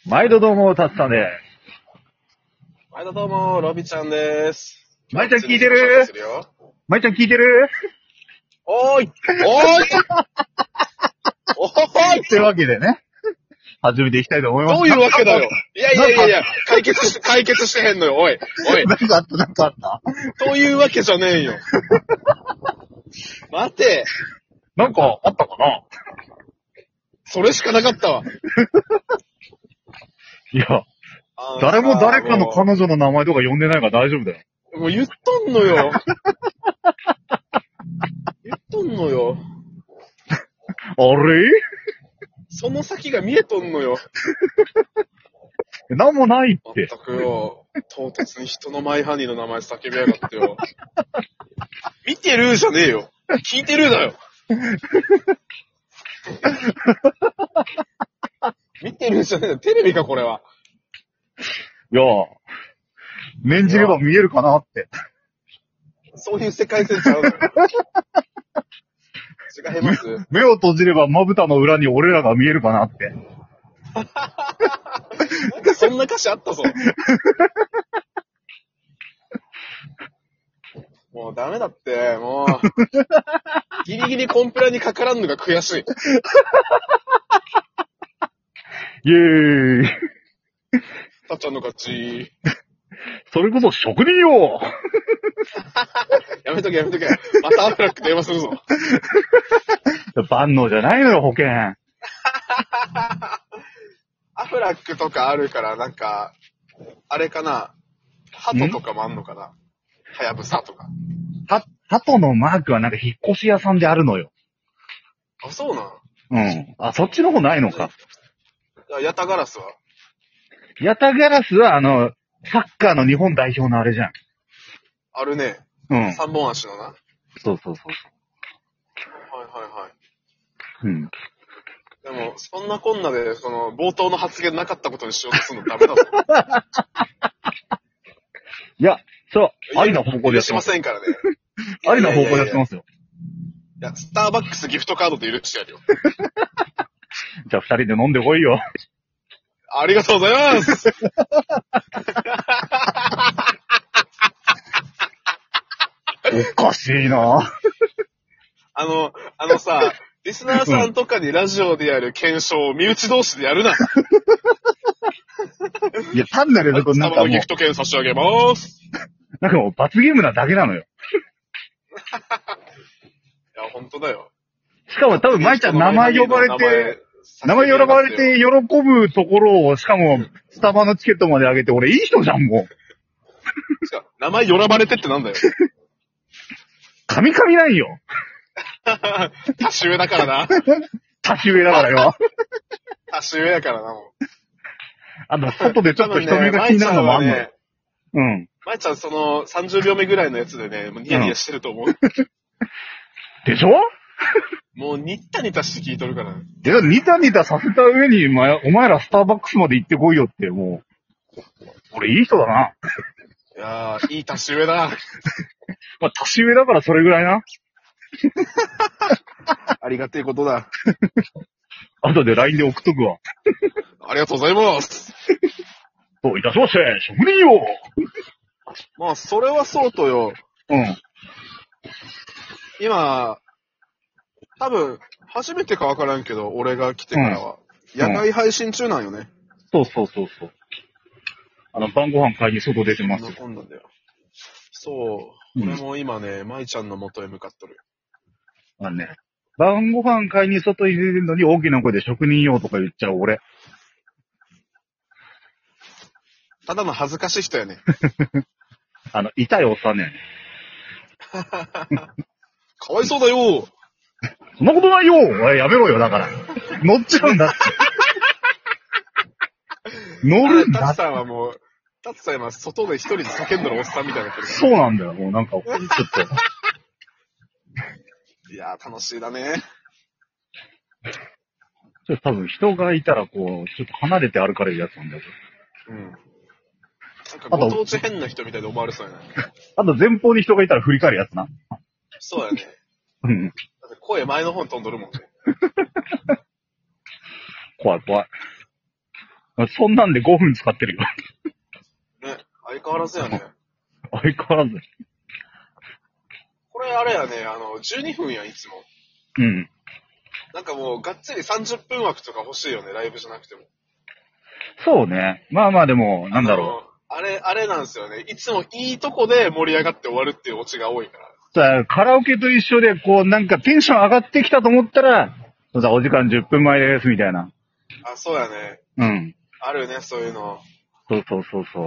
毎度どうも、たつさんではい、どうも、ロビちゃんです。 す。まいちゃん聞いてる？まいちゃん聞いてる？ おーいおーいおーいというわけでね、始めていきたいと思います。 どういうわけだよ。いや、解決してへんのよ、おい。 なんかあった。 というわけじゃねえよ。待て。 なんかあったかな？ それしかなかったわ。 いや、誰も誰かの彼女の名前とか呼んでないから大丈夫だよ。 もう言っとんのよ。 あれ？ その先が見えとんのよ。 なんもないって。 まったくよ。唐突に人のマイハニーの名前叫びやがってよ。見てるじゃねえよ。聞いてるだよ。見てるじゃねえよ。テレビか、これは。 いや、念じれば見えるかなって。 そういう世界線ちゃうのよ。違います。 目を閉じればまぶたの裏に俺らが見えるかなって。 なんかそんな歌詞あったぞ。もうダメだって、もう。ギリギリコンプラにかからんのが悔しい。 イェーイ。 たっちゃんの勝ち。 それこそ職人よ。 やめとけ。またアフラック電話するぞ。 万能じゃないのよ、保険。 アフラックとかあるから、なんか、あれかな。鳩とかもあんのかな。はやぶさとか。 鳩のマークはなんか引っ越し屋さんであるのよ。 あ、そうなん。 うん。あ、そっちの方ないのか。 ヤタガラスはヤタガラスはサッカーの日本代表のあれじゃん。 あるね。 うん。 三本足のな。 そう。 はい。 うん。 でも、そんなこんなで、冒頭の発言なかったことにしようとするのダメだぞ。 いや、そう、ありな方向でやってます。 許しませんからね。 ありな方向でやってますよ。 いや、スターバックスギフトカードで許してやるよ。 じゃあ二人で飲んでこいよ。 ありがとうございます。 おかしいな。 さ、リスナーさんとかにラジオでやる検証を身内同士でやるな。 いや、単なるなんかもう、 ギフト券差し上げます。 なんかもう罰ゲームなだけなのよ。 いや、ほんとだよ。 しかも多分、舞ちゃん名前呼ばれて喜ぶところを、しかも、スタバのチケットまであげて、俺いい人じゃん、もう。 名前呼ばれてってなんだよ。 神々ないよ。 年上だからな。 年上だからよ。 年上だからな、もう。 外でちょっと人目が気になるのもあんのよ。うん。 まいちゃん30秒目ぐらいのやつでね、もうニヤニヤしてると思う。 でしょ？ もうニッタニタして聞いとるから。 ニタニタさせた上に、お前らスターバックスまで行ってこいよって、もう。俺いい人だな。 いやー、いい年上だ。 年上だからそれぐらいな。 ありがてえことだ。 後で LINE で送っとくわ。 ありがとうございます。 どういたしまして、職人よ。 まあ、それはそうとよ。 うん。 今、多分、初めてかわからんけど、俺が来てからは、野外配信中なんよね。 そう。晩ご飯買いに外出てますよ。 そんなんだよ。そう。俺も今ね、舞ちゃんの元へ向かっとる。 晩ご飯買いに外に出てるのに大きな声で職人よとか言っちゃう俺。 ただの恥ずかしい人やね。 痛いおっさんね。 かわいそうだよ。 そんなことないよ。おい、やめろよ、だから。乗っちゃうんだって。乗るんだって。 タツさんはもう、タツさん今外で一人で叫んだらおっさんみたいになってる。 そうなんだよ。もうなんか、ちょっと。 いやー、楽しいだね。 多分人がいたらちょっと離れて歩かれるやつなんだよ。 うん。なんかご当地変な人みたいで思われそうやな。 あと前方に人がいたら振り返るやつな。 そうやね。 うん。 だって声前の方に飛んどるもんね。 怖い。 そんなんで5分使ってるよ。 ね、相変わらずやね。 相変わらず。 これあれやね、12分や、いつも。 うん。 なんかもう、がっつり30分枠とか欲しいよね、ライブじゃなくても。 そうね。まあまあでも、なんだろう。 あれなんですよね。いつもいいとこで盛り上がって終わるっていうオチが多いから。 さあ、カラオケと一緒で、こう、なんかテンション上がってきたと思ったら、そうさ、お時間10分前です、みたいな。 あ、そうやね。 うん。 あるね、そういうの。 そうそうそうそう。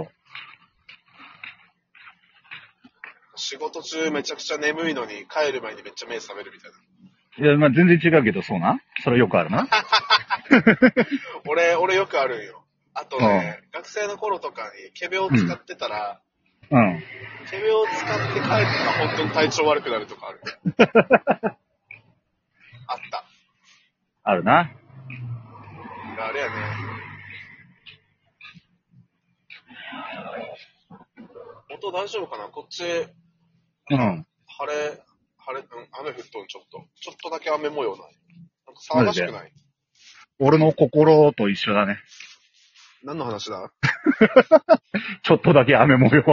仕事中めちゃくちゃ眠いのに帰る前にめっちゃ目覚めるみたいな。 いや、まあ全然違うけど、そうな。それよくあるな。 俺よくあるんよ。あとね、学生の頃とかにケベを使ってたら、 うん。 ケベを使って帰ったら本当に体調悪くなるとかある。あった。 あるな。 あれやね。音大丈夫かなこっち、 うん。 雨降っとん、ちょっとだけ雨模様ない。なんか騒がしくない？ 俺の心と一緒だね。 何の話だ？ ちょっとだけ雨模様。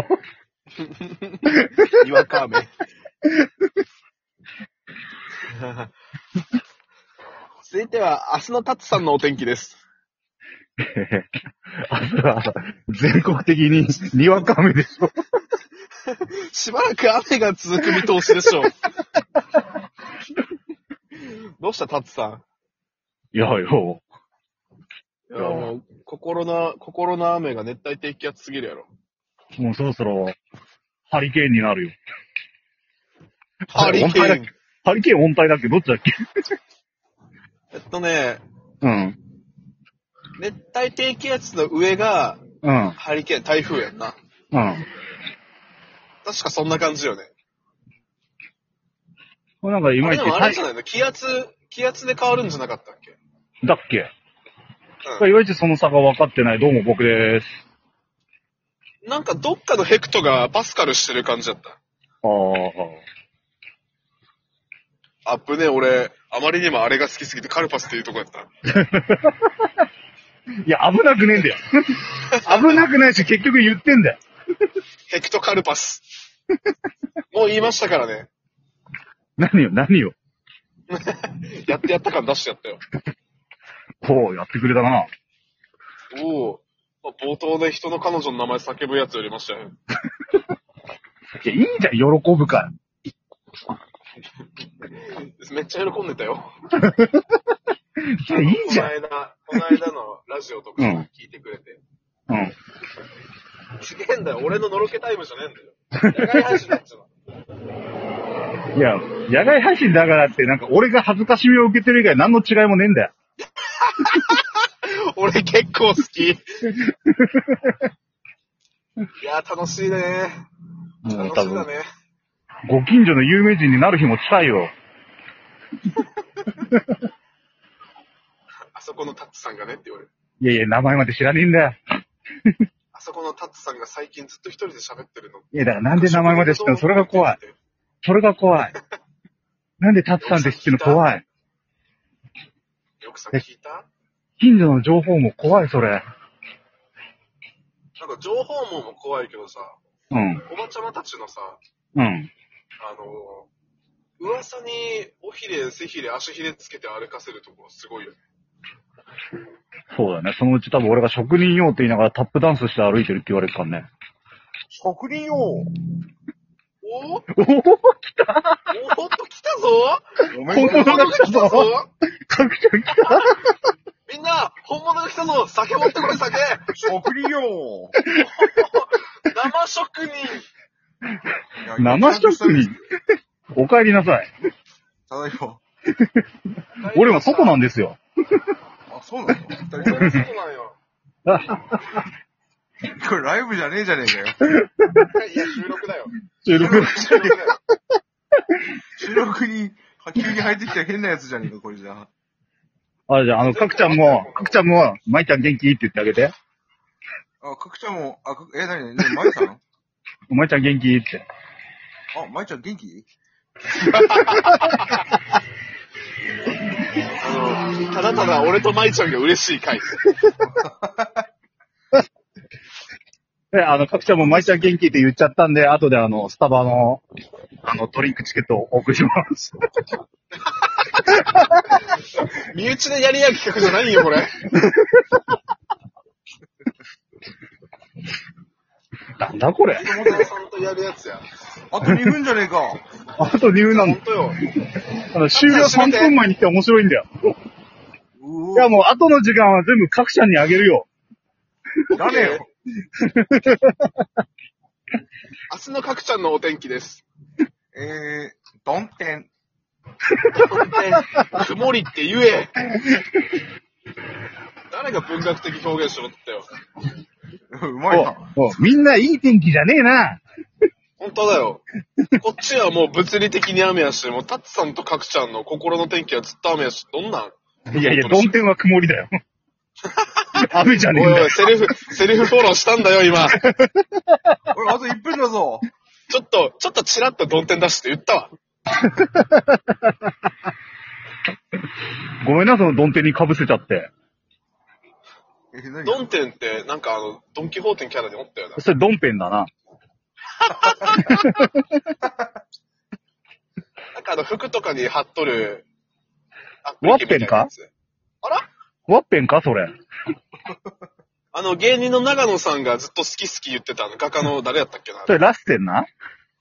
にわか雨。続いては、明日のタツさんのお天気です。 明日は全国的ににわか雨でしょ。 しばらく雨が続く見通しでしょう。どうしたタツさん？ いや、もう、心の雨が熱帯低気圧すぎるやろ。 もうそろそろ、ハリケーンになるよ。 ハリケーン。 ハリケーン温帯だっけ？どっちだっけ？ うん。熱帯低気圧の上が、ハリケーン、台風やんな。 うん。 確かそんな感じよね。 なんかいまいち。 でもあれじゃないの？気圧で変わるんじゃなかったっけ？ だっけ？うん。いまいちその差が分かってない。どうも僕です。 なんかどっかのヘクトがパスカルしてる感じだった。アップね、俺、あまりにもあれが好きすぎてカルパスっていうとこやった。 いや、危なくねえんだよ。危なくないし、結局言ってんだよ。 ヘクトカルパス。もう言いましたからね。 何よ。 やった感出してやったよ。 こう、やってくれたな。 おぉ。冒頭で人の彼女の名前叫ぶやつよりましたよ。 いや、いいんじゃん、喜ぶから。 めっちゃ喜んでたよ。 いいじゃん。 この間のラジオとか聞いてくれて。 うん。 違えんだよ。俺ののろけタイムじゃねえんだよ。野外配信だっつうの。 いや、野外配信だからって、なんか俺が恥ずかしみを受けてる以外何の違いもねえんだよ。 俺結構好き。いや、楽しいね。 もう楽しいだね。 ご近所の有名人になる日も近いよ。 あそこのタッツさんがねって言われる。 いやいや、名前まで知らねえんだよ。 あそこのタッツさんが最近ずっと一人で喋ってるの。 いや、だからなんで名前まで知ってんの？それが怖い。それが怖い。なんでタツさんって知ってるの？怖い。 よくさん聞いた？ 近所の情報も怖い、それ。 なんか情報網も怖いけどさ、 うん。 おばちゃまたちのさ、 うん。 噂に尾ひれ、背ひれ、足ひれつけて歩かせるところすごいよね。 そうだね。そのうち多分俺が職人用って言いながらタップダンスして歩いてるって言われるからね。 職人用お来たおーっと来たぞ本物が来たぞかくちゃん来たみんな、本物が来たぞ酒持ってこい、酒職人よ生職人生職人お帰りなさい。 ただいま。 俺は外なんですよ。 あ、そうなの？ 俺も外なんよ。 これライブじゃねえじゃねえかよ。 いや、収録だよ。 収録だよ。 収録に、急に入ってきた変なやつじゃねえか、これじゃ。 じゃあ、かくちゃんも、まいちゃん元気って言ってあげて。 かくちゃんも、何まいさん？ まいちゃん元気って。 まいちゃん元気？ ただただ俺とまいちゃんが嬉しい回。 で、各社も毎ちゃん元気って言っちゃったんで、後でスタバの、ドリンクチケットをお送りします。 身内でやり合う企画じゃないよ、これ。 なんだこれ。 友達さんとやるやつや。 あと2分じゃねえか。 あと2分なんだ。 ほんとよ。 終了3分前に来て面白いんだよ。いや、もう後の時間は全部各社にあげるよ。 だねよ。 明日の各ちゃんのお天気です。 ドンテン。 曇りって言え。誰が文学的表現しろってよ。 うまいな。 みんないい天気じゃねえな。 本当だよ。こっちはもう物理的に雨やし、もうタッツさんと各ちゃんの心の天気はずっと雨やし、どんなんいやいや、曇天は曇りだよ。雨じゃねえんだよ。 おいおい、セリフフォローしたんだよ、今。 俺、あと1分だぞ。 ちょっとチラッと曇天出して言ったわ。 ごめんな、その曇天に被せちゃって。 何ドンテンって、なんかドンキホーテンキャラにおったよな。 それドンペンだな。 なんか服とかに貼っとる。 ワッペンかあらワッペンかそれ。 芸人の長野さんがずっと好き言ってた画家の誰やったっけな。 それラッセンな。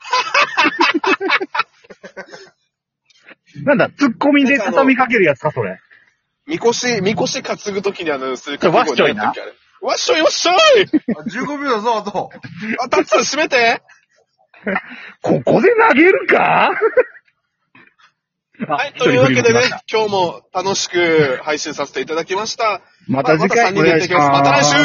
なんだ、ツッコミで畳みかけるやつか、それ。 みこし担ぐときにするかワッショイな。 ワッショイ 15秒だぞ、あと。 タッツさん閉めて。 ここで投げるかはい、というわけでね、今日も楽しく配信させていただきました。 また次回お願いします。 また来週